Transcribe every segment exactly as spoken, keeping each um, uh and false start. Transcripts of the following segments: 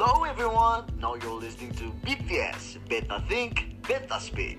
Hello everyone, now you're listening to B T S, Beta Think, Beta Speak.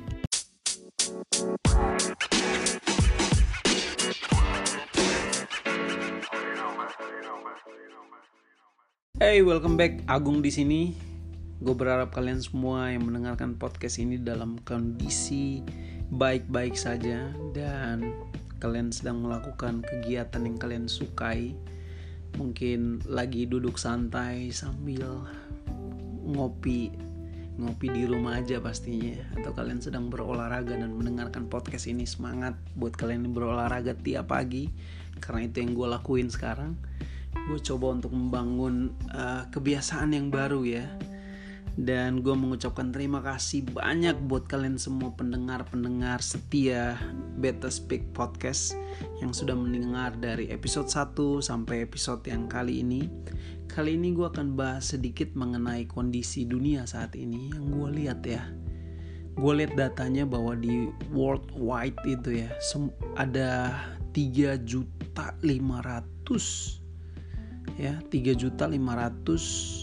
Hey, welcome back. Agung di sini. Gue berharap kalian semua yang mendengarkan podcast ini dalam kondisi baik-baik saja dan kalian sedang melakukan kegiatan yang kalian sukai. Mungkin lagi duduk santai sambil ngopi ngopi di rumah aja pastinya, atau kalian sedang berolahraga dan mendengarkan podcast ini. Semangat buat kalian yang berolahraga tiap pagi, karena itu yang gue lakuin sekarang. Gue coba untuk membangun uh, kebiasaan yang baru ya. Dan gue mengucapkan terima kasih banyak buat kalian semua pendengar-pendengar setia Beta Speak Podcast yang sudah mendengar dari episode satu sampai episode yang kali ini. Kali ini gue akan bahas sedikit mengenai kondisi dunia saat ini yang gue lihat ya. Gue lihat datanya bahwa di worldwide itu ya ada tiga juta lima ratus ya, tiga juta lima ratus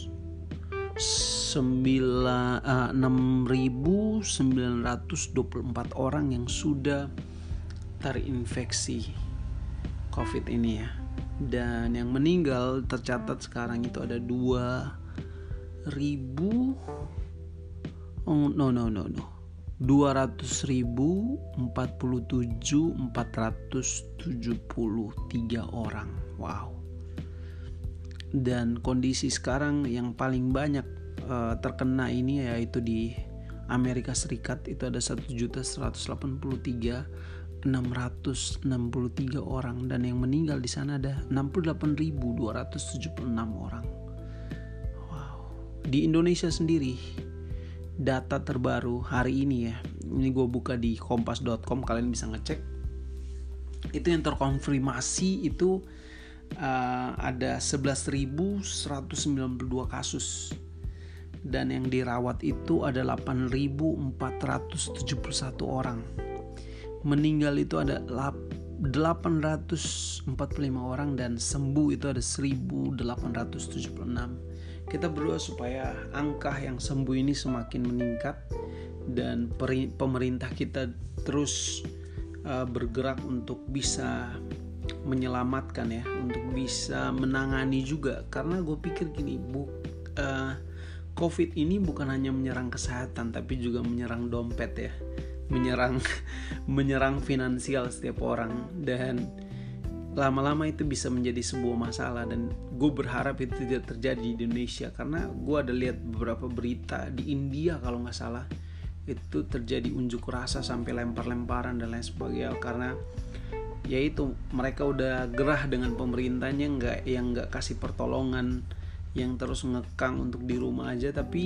enam ribu sembilan ratus dua puluh empat orang yang sudah terinfeksi COVID ini ya. Dan yang meninggal tercatat sekarang itu ada dua ribu oh, no no no no dua ratus ribu empat puluh tujuh ribu empat ratus tujuh puluh tiga orang. Wow. Dan kondisi sekarang yang paling banyak uh, terkena ini yaitu di Amerika Serikat, itu ada satu juta seratus delapan puluh tiga ribu enam ratus enam puluh tiga orang, dan yang meninggal di sana ada enam puluh delapan ribu dua ratus tujuh puluh enam orang. Wow. Di Indonesia sendiri data terbaru hari ini ya, ini gue buka di kompas dot com, kalian bisa ngecek. Itu yang terkonfirmasi itu Uh, ada sebelas ribu seratus sembilan puluh dua kasus, dan yang dirawat itu ada delapan ribu empat ratus tujuh puluh satu orang. Meninggal itu ada delapan ratus empat puluh lima orang, dan sembuh itu ada seribu delapan ratus tujuh puluh enam. Kita berdoa supaya angka yang sembuh ini semakin meningkat dan peri- pemerintah kita terus uh, bergerak untuk bisa menyelamatkan ya, untuk bisa menangani juga. Karena gue pikir gini, bu, uh, COVID ini bukan hanya menyerang kesehatan, tapi juga menyerang dompet ya, menyerang menyerang finansial setiap orang, dan lama-lama itu bisa menjadi sebuah masalah. Dan gue berharap itu tidak terjadi di Indonesia, karena gue ada lihat beberapa berita di India kalau nggak salah itu terjadi unjuk rasa sampai lempar-lemparan dan lain sebagainya, karena yaitu mereka udah gerah dengan pemerintahnya nggak yang nggak kasih pertolongan, yang terus ngekang untuk di rumah aja. Tapi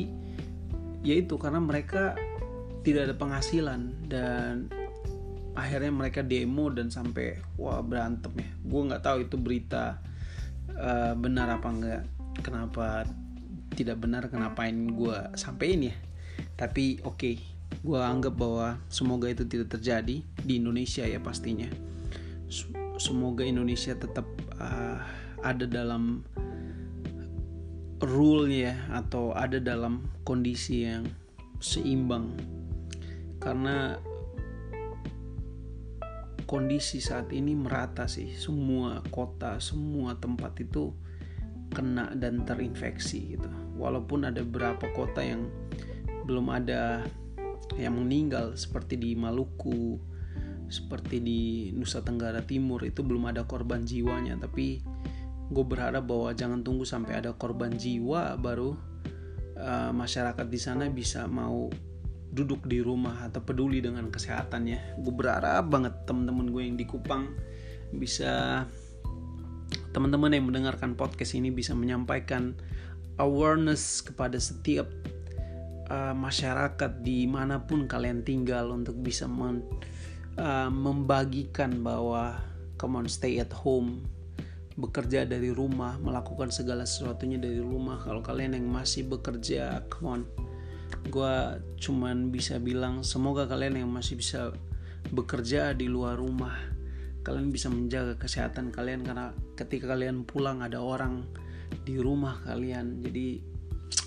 yaitu karena mereka tidak ada penghasilan, dan akhirnya mereka demo dan sampai wah berantem ya. Gue nggak tahu itu berita uh, benar apa enggak, kenapa tidak benar, kenapain gue sampein ya. Tapi oke, okay, gue anggap bahwa semoga itu tidak terjadi di Indonesia ya pastinya. Semoga Indonesia tetap uh, ada dalam rule ya, atau ada dalam kondisi yang seimbang, karena kondisi saat ini merata sih, semua kota, semua tempat itu kena dan terinfeksi gitu. Walaupun ada beberapa kota yang belum ada yang meninggal, seperti di Maluku, seperti di Nusa Tenggara Timur, itu belum ada korban jiwanya. Tapi gue berharap bahwa jangan tunggu sampai ada korban jiwa baru uh, masyarakat di sana bisa mau duduk di rumah atau peduli dengan kesehatannya. Gue berharap banget teman-teman gue yang di Kupang bisa, teman-teman yang mendengarkan podcast ini bisa menyampaikan awareness kepada setiap uh, masyarakat dimanapun kalian tinggal, untuk bisa men Uh, membagikan bahwa come on, stay at home, bekerja dari rumah, melakukan segala sesuatunya dari rumah. Kalau kalian yang masih bekerja, come on, gue cuman bisa bilang semoga kalian yang masih bisa bekerja di luar rumah, kalian bisa menjaga kesehatan kalian, karena ketika kalian pulang ada orang di rumah kalian. Jadi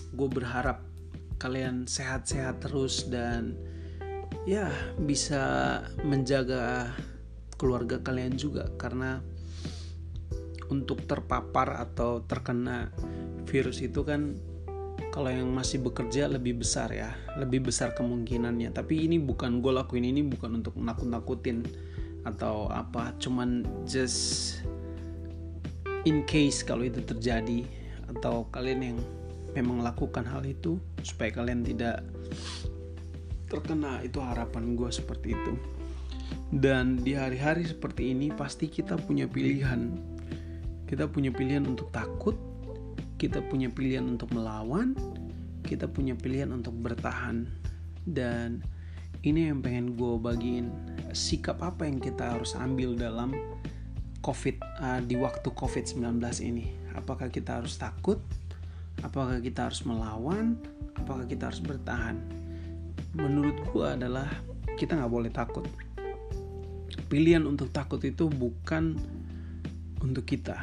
gue berharap kalian sehat-sehat terus dan ya bisa menjaga keluarga kalian juga, karena untuk terpapar atau terkena virus itu kan kalau yang masih bekerja lebih besar ya, lebih besar kemungkinannya. Tapi ini bukan, gue lakuin ini bukan untuk nakut-nakutin atau apa, cuman just in case kalau itu terjadi atau kalian yang memang lakukan hal itu supaya kalian tidak terkena, itu harapan gue seperti itu. Dan di hari-hari seperti ini pasti kita punya pilihan. Kita punya pilihan untuk takut, kita punya pilihan untuk melawan, kita punya pilihan untuk bertahan. Dan ini yang pengen gue bagiin, sikap apa yang kita harus ambil dalam COVID, uh, di waktu covid sembilan belas ini. Apakah kita harus takut? Apakah kita harus melawan? Apakah kita harus bertahan? Menurut gue adalah kita gak boleh takut. Pilihan untuk takut itu bukan untuk kita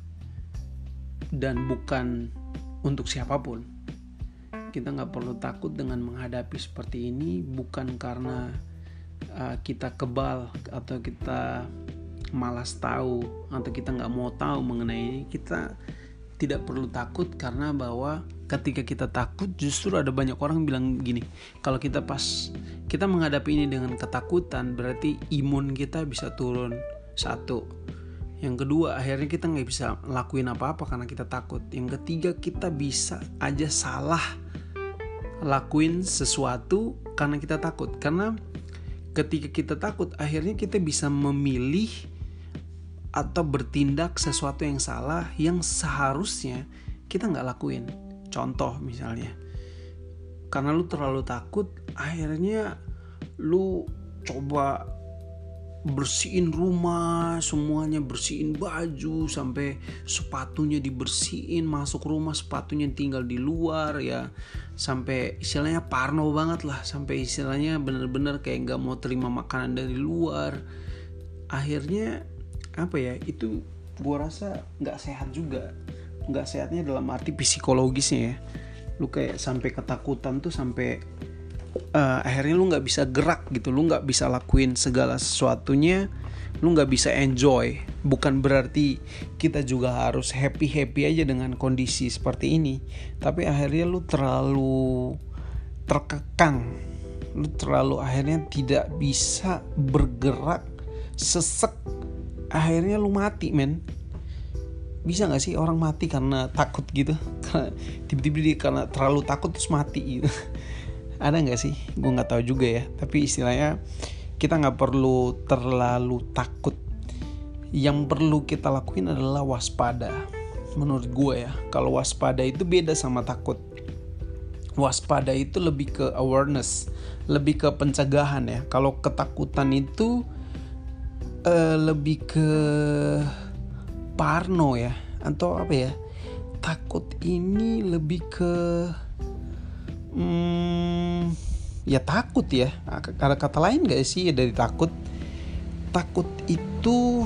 dan bukan untuk siapapun. Kita gak perlu takut dengan menghadapi seperti ini, bukan karena uh, kita kebal atau kita malas tahu atau kita gak mau tahu mengenai ini. Kita tidak perlu takut, karena bahwa ketika kita takut justru ada banyak orang bilang gini, kalau kita pas kita menghadapi ini dengan ketakutan berarti imun kita bisa turun, satu. Yang kedua, akhirnya kita gak bisa lakuin apa-apa karena kita takut. Yang ketiga, kita bisa aja salah lakuin sesuatu karena kita takut. Karena ketika kita takut, akhirnya kita bisa memilih atau bertindak sesuatu yang salah yang seharusnya kita gak lakuin. Contoh misalnya, karena lu terlalu takut, akhirnya lu coba bersihin rumah, semuanya bersihin baju, sampai sepatunya dibersihin, masuk rumah sepatunya tinggal di luar ya, sampai istilahnya parno banget lah, sampai istilahnya bener-bener kayak gak mau terima makanan dari luar. Akhirnya apa ya, itu gua rasa gak sehat juga. Gak sehatnya dalam arti psikologisnya ya, lu kayak sampai ketakutan tuh sampai uh, akhirnya lu gak bisa gerak gitu, lu gak bisa lakuin segala sesuatunya, lu gak bisa enjoy. Bukan berarti kita juga harus happy-happy aja dengan kondisi seperti ini, tapi akhirnya lu terlalu terkekang, lu terlalu akhirnya tidak bisa bergerak, sesek, akhirnya lu mati men. Bisa gak sih orang mati karena takut gitu? Karena tiba-tiba dia karena terlalu takut terus mati gitu. Ada gak sih? Gue gak tahu juga ya. Tapi istilahnya kita gak perlu terlalu takut. Yang perlu kita lakuin adalah waspada. Menurut gue ya, kalau waspada itu beda sama takut. Waspada itu lebih ke awareness, lebih ke pencegahan ya. Kalau ketakutan itu uh, lebih ke parno ya, atau apa ya, takut ini lebih ke hmm, ya takut ya. Ada kata lain gak sih ya dari takut? Takut itu,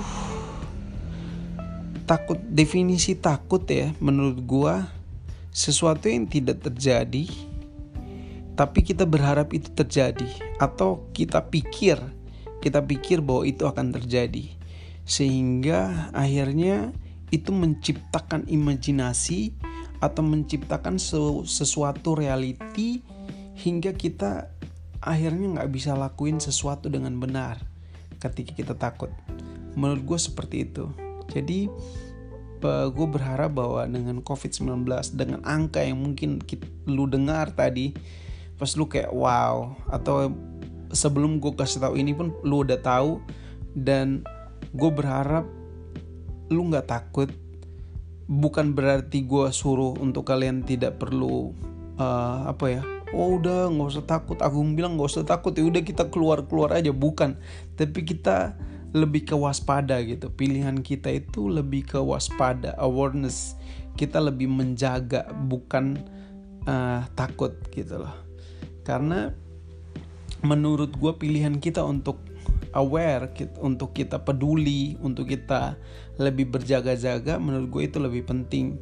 takut, definisi takut ya menurut gua sesuatu yang tidak terjadi tapi kita berharap itu terjadi, atau kita pikir kita pikir bahwa itu akan terjadi, sehingga akhirnya itu menciptakan imajinasi atau menciptakan sesuatu reality hingga kita akhirnya gak bisa lakuin sesuatu dengan benar ketika kita takut. Menurut gue seperti itu. Jadi gue berharap bahwa dengan covid sembilan belas, dengan angka yang mungkin kita, lu dengar tadi pas lu kayak wow, atau sebelum gue kasih tahu ini pun lu udah tahu, dan gue berharap lu gak takut. Bukan berarti gue suruh untuk kalian tidak perlu uh, apa ya, oh udah gak usah takut, Agung bilang gak usah takut, ya udah kita keluar-keluar aja. Bukan, tapi kita lebih ke waspada gitu. Pilihan kita itu lebih ke waspada, awareness. Kita lebih menjaga, bukan uh, takut gitu loh. Karena menurut gue pilihan kita untuk aware, untuk kita peduli, untuk kita lebih berjaga-jaga, menurut gue itu lebih penting.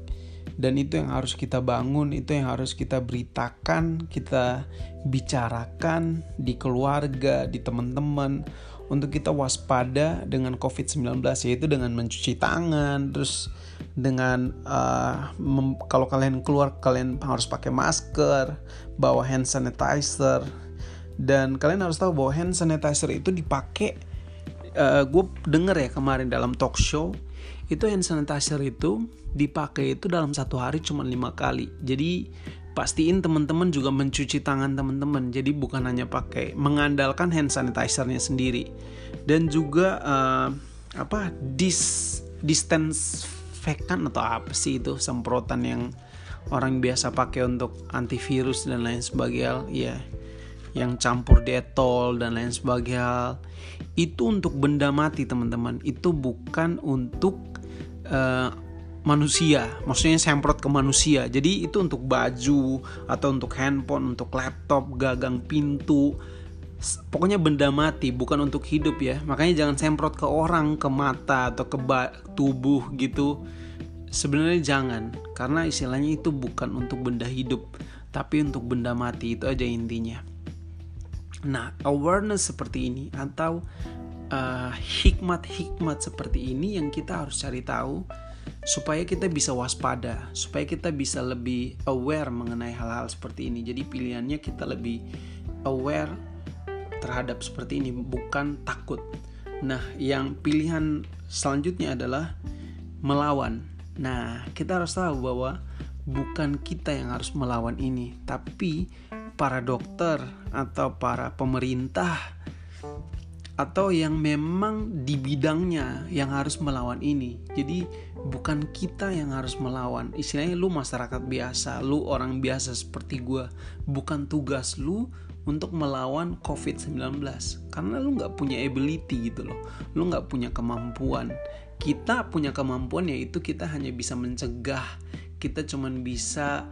Dan itu yang harus kita bangun, itu yang harus kita beritakan, kita bicarakan di keluarga, di teman-teman, untuk kita waspada dengan covid sembilan belas, yaitu dengan mencuci tangan, terus dengan uh, mem- kalau kalian keluar kalian harus pakai masker, bawa hand sanitizer, dan kalian harus tahu bahwa hand sanitizer itu dipakai. Uh, gue denger ya kemarin dalam talk show itu hand sanitizer itu dipakai itu dalam satu hari cuma lima kali. Jadi pastiin teman-teman juga mencuci tangan teman-teman. Jadi bukan hanya pakai mengandalkan hand sanitizernya sendiri, dan juga uh, apa dis disinfektan atau apa sih itu semprotan yang orang biasa pakai untuk antivirus dan lain sebagainya ya, yang campur detol dan lain sebagainya. Itu untuk benda mati teman-teman, itu bukan untuk uh, manusia, maksudnya semprot ke manusia. Jadi itu untuk baju atau untuk handphone, untuk laptop, gagang pintu, pokoknya benda mati, bukan untuk hidup ya. Makanya jangan semprot ke orang, ke mata atau ke ba- tubuh gitu. Sebenarnya jangan, karena istilahnya itu bukan untuk benda hidup, tapi untuk benda mati. Itu aja intinya. Nah, awareness seperti ini atau uh, hikmat-hikmat seperti ini yang kita harus cari tahu, supaya kita bisa waspada, supaya kita bisa lebih aware mengenai hal-hal seperti ini. Jadi pilihannya kita lebih aware terhadap seperti ini, bukan takut. Nah, yang pilihan selanjutnya adalah melawan. Nah, kita harus tahu bahwa bukan kita yang harus melawan ini, tapi para dokter atau para pemerintah atau yang memang di bidangnya yang harus melawan ini. Jadi bukan kita yang harus melawan. Istilahnya lu masyarakat biasa, lu orang biasa seperti gue, bukan tugas lu untuk melawan covid sembilan belas, karena lu gak punya ability gitu loh, lu gak punya kemampuan. Kita punya kemampuan, yaitu kita hanya bisa mencegah, kita cuman bisa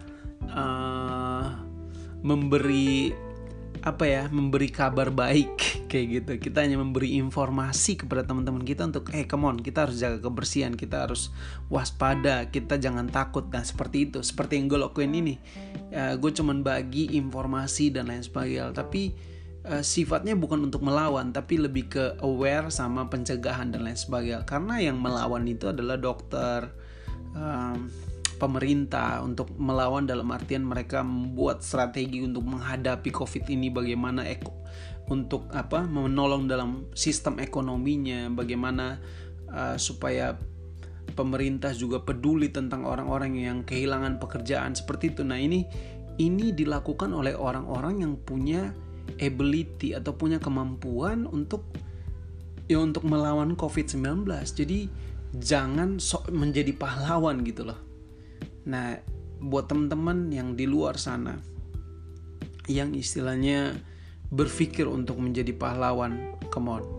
uh, memberi apa ya, memberi kabar baik kayak gitu. Kita hanya memberi informasi kepada teman-teman kita untuk eh hey, come on, kita harus jaga kebersihan, kita harus waspada, kita jangan takut. Nah seperti itu, seperti yang gue lakuin ini, uh, gue cuman bagi informasi dan lain sebagainya, tapi uh, sifatnya bukan untuk melawan, tapi lebih ke aware sama pencegahan dan lain sebagainya. Karena yang melawan itu adalah dokter, um, pemerintah. Untuk melawan dalam artian mereka membuat strategi untuk menghadapi covid ini, bagaimana eko, untuk apa menolong dalam sistem ekonominya, bagaimana uh, supaya pemerintah juga peduli tentang orang-orang yang kehilangan pekerjaan seperti itu. Nah ini ini dilakukan oleh orang-orang yang punya ability atau punya kemampuan untuk ya untuk melawan covid sembilan belas. Jadi jangan sok menjadi pahlawan gitu loh. Nah, buat teman-teman yang di luar sana yang istilahnya berpikir untuk menjadi pahlawan, come on,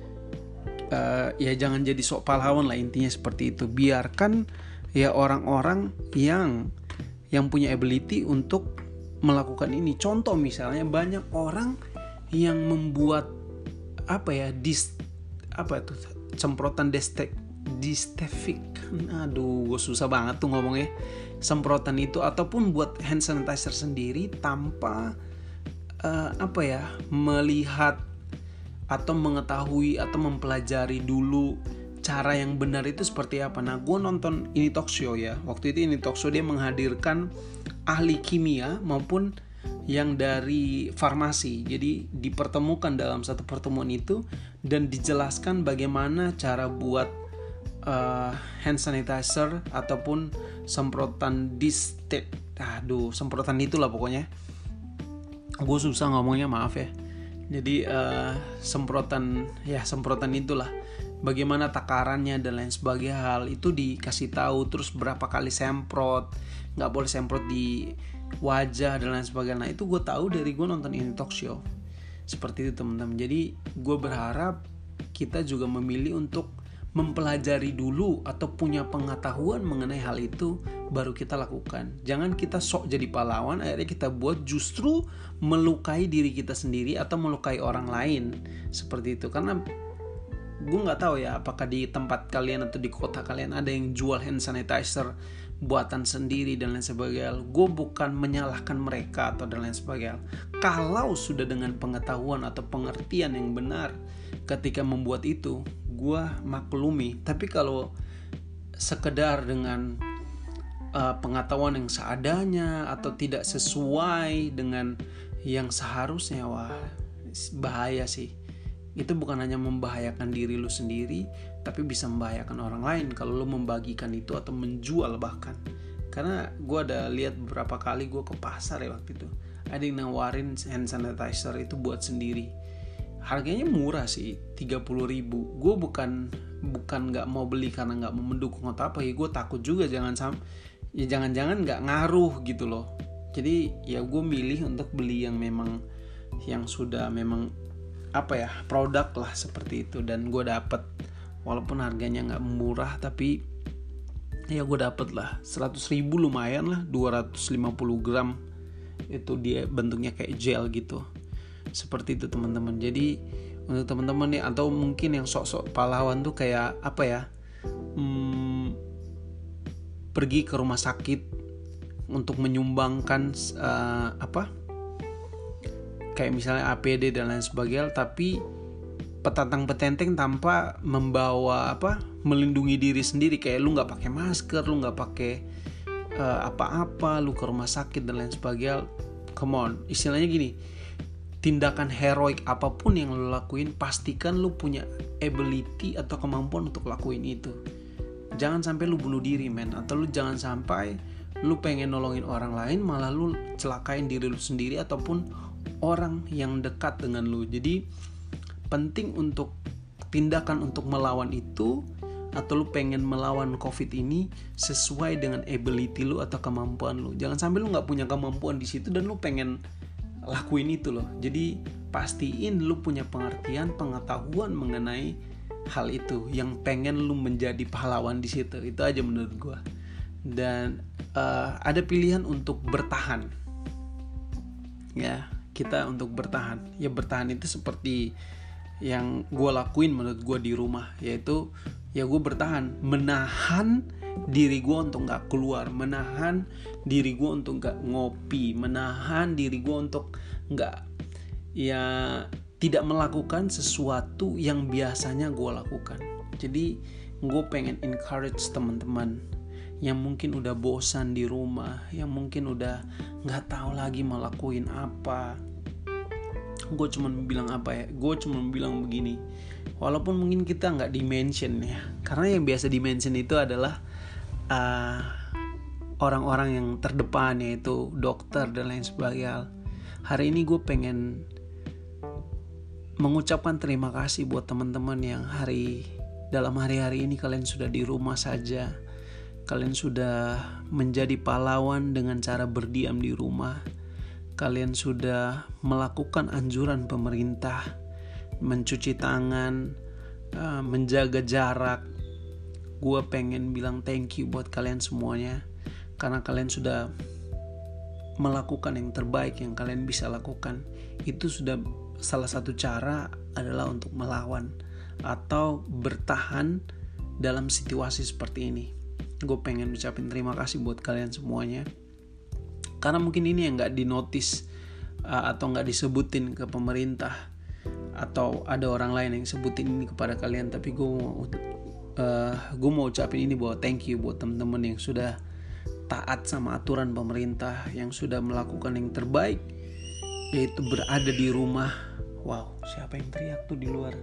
uh, ya jangan jadi sok pahlawan lah, intinya seperti itu. Biarkan ya orang-orang yang yang punya ability untuk melakukan ini. Contoh misalnya banyak orang yang membuat apa ya dis apa itu semprotan destek distefik, aduh gue susah banget tuh ngomongnya, semprotan itu, ataupun buat hand sanitizer sendiri tanpa uh, apa ya melihat atau mengetahui atau mempelajari dulu cara yang benar itu seperti apa. Nah gue nonton ini talk show ya, waktu itu ini talk show dia menghadirkan ahli kimia maupun yang dari farmasi. Jadi dipertemukan dalam satu pertemuan itu dan dijelaskan bagaimana cara buat Uh, hand sanitizer ataupun semprotan distet, aduh semprotan itulah pokoknya, gue susah ngomongnya, maaf ya. Jadi uh, semprotan ya semprotan itulah, bagaimana takarannya dan lain sebagainya, hal itu dikasih tahu. Terus berapa kali semprot, nggak boleh semprot di wajah dan lain sebagainya. Nah itu gue tahu dari gue nonton ini talk show seperti itu teman-teman. Jadi gue berharap kita juga memilih untuk mempelajari dulu atau punya pengetahuan mengenai hal itu, baru kita lakukan. Jangan kita sok jadi pahlawan, akhirnya kita buat justru melukai diri kita sendiri atau melukai orang lain seperti itu. Karena gue nggak tahu ya apakah di tempat kalian atau di kota kalian ada yang jual hand sanitizer buatan sendiri dan lain sebagainya. Gue bukan menyalahkan mereka atau dan lain sebagainya. Kalau sudah dengan pengetahuan atau pengertian yang benar ketika membuat itu, gue maklumi. Tapi kalau sekedar dengan uh, pengetahuan yang seadanya atau tidak sesuai dengan yang seharusnya, wah bahaya sih. Itu bukan hanya membahayakan diri lu sendiri, tapi bisa membahayakan orang lain kalau lu membagikan itu atau menjual bahkan. Karena gue ada lihat beberapa kali gue ke pasar ya waktu itu, ada yang nawarin hand sanitizer itu buat sendiri. Harganya murah sih, tiga puluh ribu. Gue bukan bukan nggak mau beli karena nggak mau mendukung atau apa ya. Gue takut juga jangan sam, ya jangan-jangan nggak ngaruh gitu loh. Jadi ya gue milih untuk beli yang memang yang sudah memang apa ya, produk lah seperti itu. Dan gue dapet, walaupun harganya nggak murah, tapi ya gue dapet lah seratus ribu, lumayan lah, dua ratus lima puluh gram. Itu dia bentuknya kayak gel gitu. Seperti itu teman-teman. Jadi untuk teman-teman nih, atau mungkin yang sok-sok pahlawan tuh kayak apa ya, hmm, pergi ke rumah sakit untuk menyumbangkan uh, apa kayak misalnya A P D dan lain sebagainya, tapi petantang petenteng tanpa membawa apa, melindungi diri sendiri. Kayak lu nggak pakai masker, lu nggak pakai uh, apa-apa, lu ke rumah sakit dan lain sebagainya. Come on, istilahnya gini, tindakan heroik apapun yang lu lakuin, pastikan lu punya ability atau kemampuan untuk lakuin itu. Jangan sampai lu bunuh diri men, atau lu jangan sampai lu pengen nolongin orang lain malah lu celakain diri lu sendiri ataupun orang yang dekat dengan lu. Jadi penting untuk tindakan untuk melawan itu, atau lu pengen melawan COVID ini sesuai dengan ability lu atau kemampuan lu. Jangan sampai lu nggak punya kemampuan di situ dan lu pengen lakuin itu loh. Jadi pastiin lu punya pengertian, pengetahuan mengenai hal itu, yang pengen lu menjadi pahlawan di situ. Itu aja menurut gua. Dan uh, ada pilihan untuk bertahan. Ya, kita untuk bertahan. Ya bertahan itu seperti yang gue lakuin menurut gue di rumah, yaitu ya gue bertahan, menahan diri gue untuk gak keluar, menahan diri gue untuk gak ngopi, menahan diri gue untuk gak ya tidak melakukan sesuatu yang biasanya gue lakukan. Jadi gue pengen encourage teman-teman yang mungkin udah bosan di rumah, yang mungkin udah gak tahu lagi mau lakuin apa. Gue cuma bilang apa ya, gue cuma bilang begini, walaupun mungkin kita gak dimention ya, karena yang biasa dimention itu adalah uh, orang-orang yang terdepan, yaitu dokter dan lain sebagainya. Hari ini gue pengen mengucapkan terima kasih buat teman-teman yang hari dalam hari-hari ini kalian sudah di rumah saja. Kalian sudah menjadi pahlawan dengan cara berdiam di rumah. Kalian sudah melakukan anjuran pemerintah, mencuci tangan, uh, menjaga jarak. Gue pengen bilang thank you buat kalian semuanya, karena kalian sudah melakukan yang terbaik yang kalian bisa lakukan. Itu sudah salah satu cara adalah untuk melawan atau bertahan dalam situasi seperti ini. Gue pengen ucapin terima kasih buat kalian semuanya, karena mungkin ini yang gak dinotis uh, atau gak disebutin ke pemerintah, atau ada orang lain yang sebutin ini kepada kalian. Tapi gue mau uh, gue mau ucapin ini bahwa thank you buat teman-teman yang sudah taat sama aturan pemerintah, yang sudah melakukan yang terbaik, yaitu berada di rumah. Wow, siapa yang teriak tuh di luar?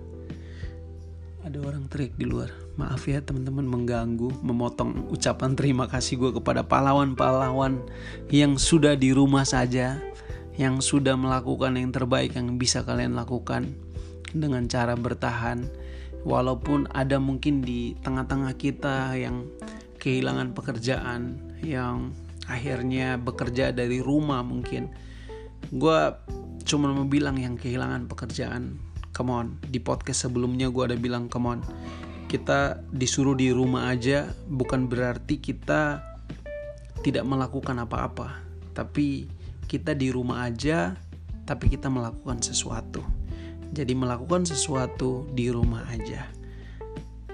Ada orang teriak di luar. Maaf ya teman-teman mengganggu, memotong ucapan terima kasih gue kepada pahlawan-pahlawan yang sudah di rumah saja, yang sudah melakukan yang terbaik yang bisa kalian lakukan dengan cara bertahan. Walaupun ada mungkin di tengah-tengah kita yang kehilangan pekerjaan, yang akhirnya bekerja dari rumah mungkin. Gue cuma mau bilang yang kehilangan pekerjaan, come on, di podcast sebelumnya gue ada bilang come on, kita disuruh di rumah aja bukan berarti kita tidak melakukan apa-apa, tapi kita di rumah aja tapi kita melakukan sesuatu. Jadi melakukan sesuatu di rumah aja.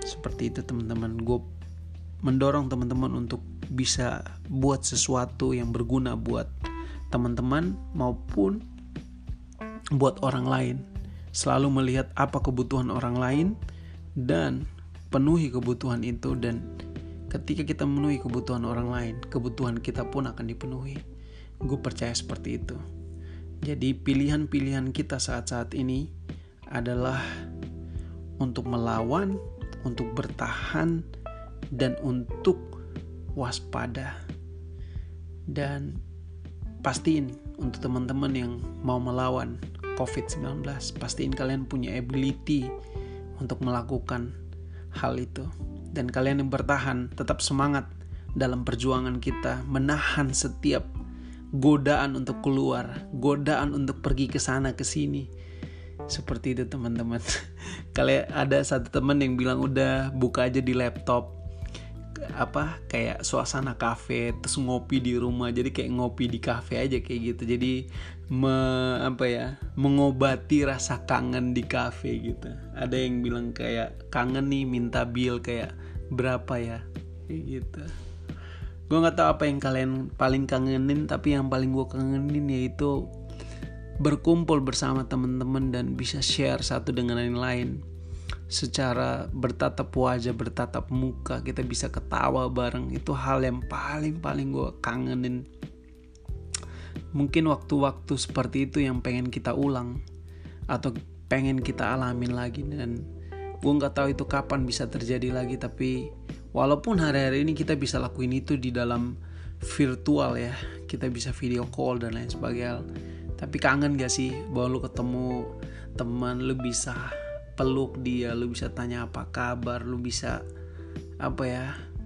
Seperti itu teman-teman. Gue mendorong teman-teman untuk bisa buat sesuatu yang berguna buat teman-teman maupun buat orang lain. Selalu melihat apa kebutuhan orang lain dan penuhi kebutuhan itu, dan ketika kita memenuhi kebutuhan orang lain, kebutuhan kita pun akan dipenuhi. Gue percaya seperti itu. Jadi pilihan-pilihan kita saat-saat ini adalah untuk melawan, untuk bertahan, dan untuk waspada. Dan pastiin untuk teman-teman yang mau melawan covid sembilan belas, pastiin kalian punya ability untuk melakukan hal itu. Dan kalian yang bertahan, tetap semangat dalam perjuangan kita menahan setiap godaan untuk keluar, godaan untuk pergi ke sana ke sini. Seperti itu teman-teman. Kalian ada satu teman yang bilang udah buka aja di laptop apa kayak suasana kafe, terus ngopi di rumah, jadi kayak ngopi di kafe aja kayak gitu. Jadi me, apa ya mengobati rasa kangen di kafe gitu. Ada yang bilang kayak kangen nih, minta bill kayak berapa ya kayak gitu. Gue nggak tahu apa yang kalian paling kangenin, tapi yang paling gue kangenin yaitu berkumpul bersama teman-teman dan bisa share satu dengan yang lain. Secara bertatap wajah, bertatap muka, kita bisa ketawa bareng. Itu hal yang paling-paling gue kangenin. Mungkin waktu-waktu seperti itu yang pengen kita ulang atau pengen kita alamin lagi. Dan gue gak tahu itu kapan bisa terjadi lagi. Tapi walaupun hari-hari ini kita bisa lakuin itu di dalam virtual ya, kita bisa video call dan lain sebagainya, tapi kangen gak sih bahwa lu ketemu teman, lu bisa peluk dia, lu bisa tanya apa kabar, lu bisa apa ya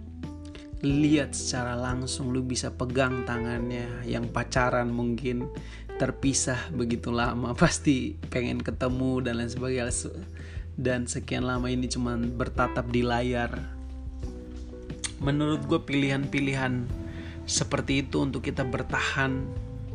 lihat secara langsung, lu bisa pegang tangannya. Yang pacaran mungkin terpisah begitu lama, pasti pengen ketemu dan lain sebagainya. Dan sekian lama ini cuman bertatap di layar. Menurut gue pilihan-pilihan seperti itu untuk kita bertahan,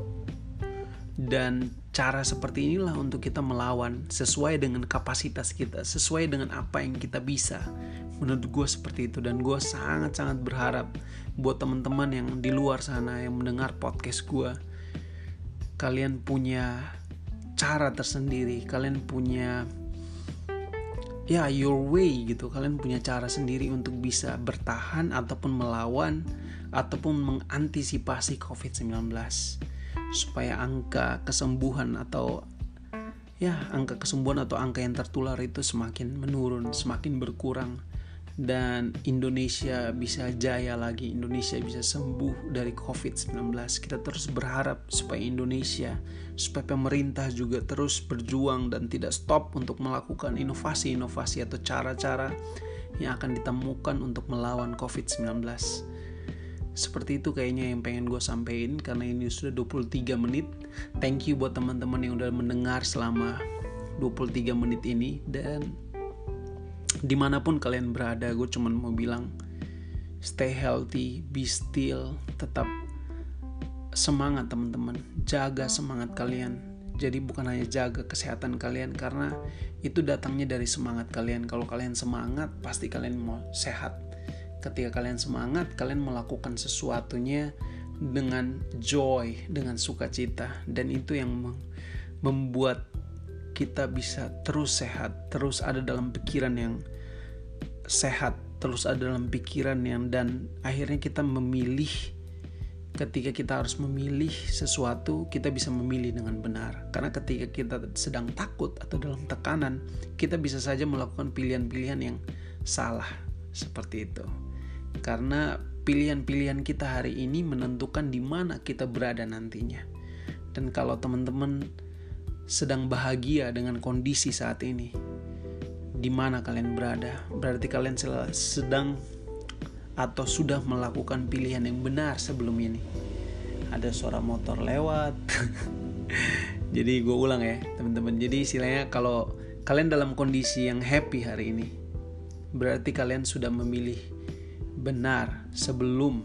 dan cara seperti inilah untuk kita melawan sesuai dengan kapasitas kita, sesuai dengan apa yang kita bisa. Menurut gue seperti itu. Dan gue sangat-sangat berharap buat teman-teman yang di luar sana yang mendengar podcast gue, kalian punya cara tersendiri, kalian punya ya your way gitu, kalian punya cara sendiri untuk bisa bertahan ataupun melawan ataupun mengantisipasi covid sembilan belas, supaya angka kesembuhan atau ya angka kesembuhan atau angka yang tertular itu semakin menurun, semakin berkurang, dan Indonesia bisa jaya lagi, Indonesia bisa sembuh dari covid sembilan belas. Kita terus berharap supaya Indonesia, supaya pemerintah juga terus berjuang dan tidak stop untuk melakukan inovasi-inovasi atau cara-cara yang akan ditemukan untuk melawan covid sembilan belas. Seperti itu kayaknya yang pengen gue sampein, karena ini sudah dua puluh tiga menit. Thank you buat teman-teman yang udah mendengar selama dua puluh tiga menit ini. Dan dimanapun kalian berada, gue cuman mau bilang stay healthy, be still, tetap semangat teman-teman. Jaga semangat kalian. Jadi bukan hanya jaga kesehatan kalian, karena itu datangnya dari semangat kalian. Kalau kalian semangat, pasti kalian mau sehat. Ketika kalian semangat, kalian melakukan sesuatunya dengan joy, dengan sukacita. Dan itu yang membuat kita bisa terus sehat, terus ada dalam pikiran yang sehat, terus ada dalam pikiran yang, dan akhirnya kita memilih. Ketika kita harus memilih sesuatu, kita bisa memilih dengan benar. Karena ketika kita sedang takut atau dalam tekanan, kita bisa saja melakukan pilihan-pilihan yang salah. Seperti itu. Karena pilihan-pilihan kita hari ini menentukan di mana kita berada nantinya. Dan kalau teman-teman sedang bahagia dengan kondisi saat ini, di mana kalian berada, berarti kalian sedang atau sudah melakukan pilihan yang benar sebelum ini. Ada suara motor lewat. Jadi gue ulang ya teman-teman. Jadi istilahnya kalau kalian dalam kondisi yang happy hari ini, berarti kalian sudah memilih benar sebelum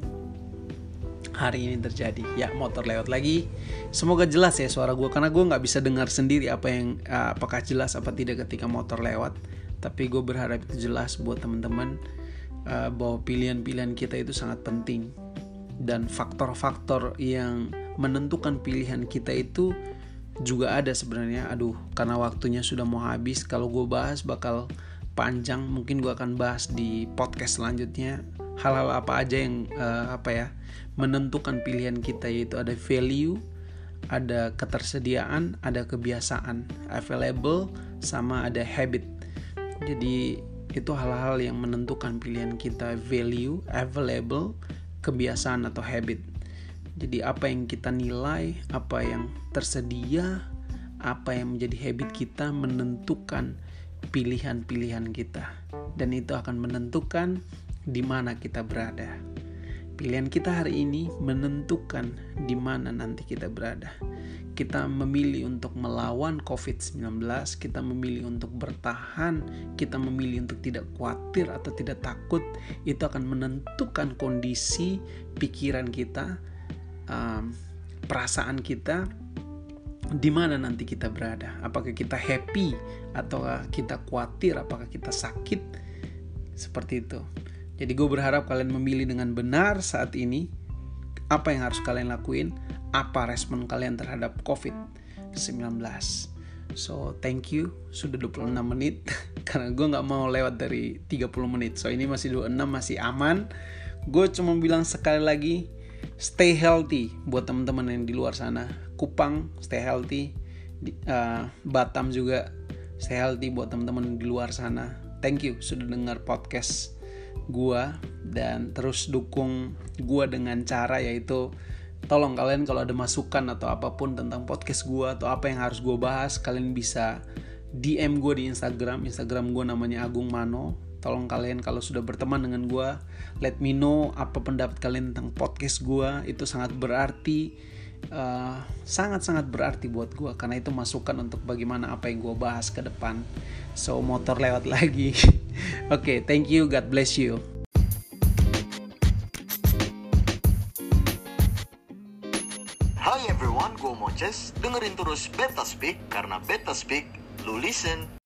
hari ini terjadi. Ya, motor lewat lagi. Semoga jelas ya suara gue, karena gue nggak bisa dengar sendiri apa yang uh, apakah jelas apa tidak ketika motor lewat. Tapi gue berharap itu jelas buat teman-teman uh, bahwa pilihan-pilihan kita itu sangat penting. Dan faktor-faktor yang menentukan pilihan kita itu juga ada sebenarnya. Aduh, karena waktunya sudah mau habis. Kalau gue bahas bakal panjang. Mungkin gue akan bahas di podcast selanjutnya. Hal-hal apa aja yang uh, apa ya menentukan pilihan kita, yaitu ada value, ada ketersediaan, ada kebiasaan, available, sama ada habit. Jadi itu hal-hal yang menentukan pilihan kita, value, available, kebiasaan atau habit. Jadi apa yang kita nilai, apa yang tersedia, apa yang menjadi habit kita menentukan pilihan-pilihan kita. Dan itu akan menentukan di mana kita berada. Pilihan kita hari ini menentukan di mana nanti kita berada. Kita memilih untuk melawan covid sembilan belas, kita memilih untuk bertahan, kita memilih untuk tidak khawatir atau tidak takut. Itu akan menentukan kondisi pikiran kita, um, perasaan kita, di mana nanti kita berada. Apakah kita happy atau kita khawatir, apakah kita sakit, seperti itu. Jadi gue berharap kalian memilih dengan benar saat ini. Apa yang harus kalian lakuin, apa respon kalian terhadap covid sembilan belas. So thank you, sudah dua puluh enam menit. Karena gue gak mau lewat dari tiga puluh menit. So ini masih dua puluh enam, masih aman. Gue cuma bilang sekali lagi, stay healthy buat teman-teman yang di luar sana. Kupang, stay healthy. uh, Batam juga stay healthy buat teman-teman di luar sana. Thank you sudah dengar podcast gua, dan terus dukung gua dengan cara yaitu tolong kalian kalau ada masukan atau apapun tentang podcast gua atau apa yang harus gua bahas, kalian bisa D M gua di Instagram. Instagram gua namanya Agung Mano. Tolong kalian kalau sudah berteman dengan gua, let me know apa pendapat kalian tentang podcast gua. Itu sangat berarti, uh, sangat-sangat berarti buat gua, karena itu masukan untuk bagaimana apa yang gua bahas ke depan. So motor lewat lagi. Oke, okay, thank you, God bless you. Hi everyone, gue Moces. Dengerin terus Beta Speak, karena Beta Speak, lu listen.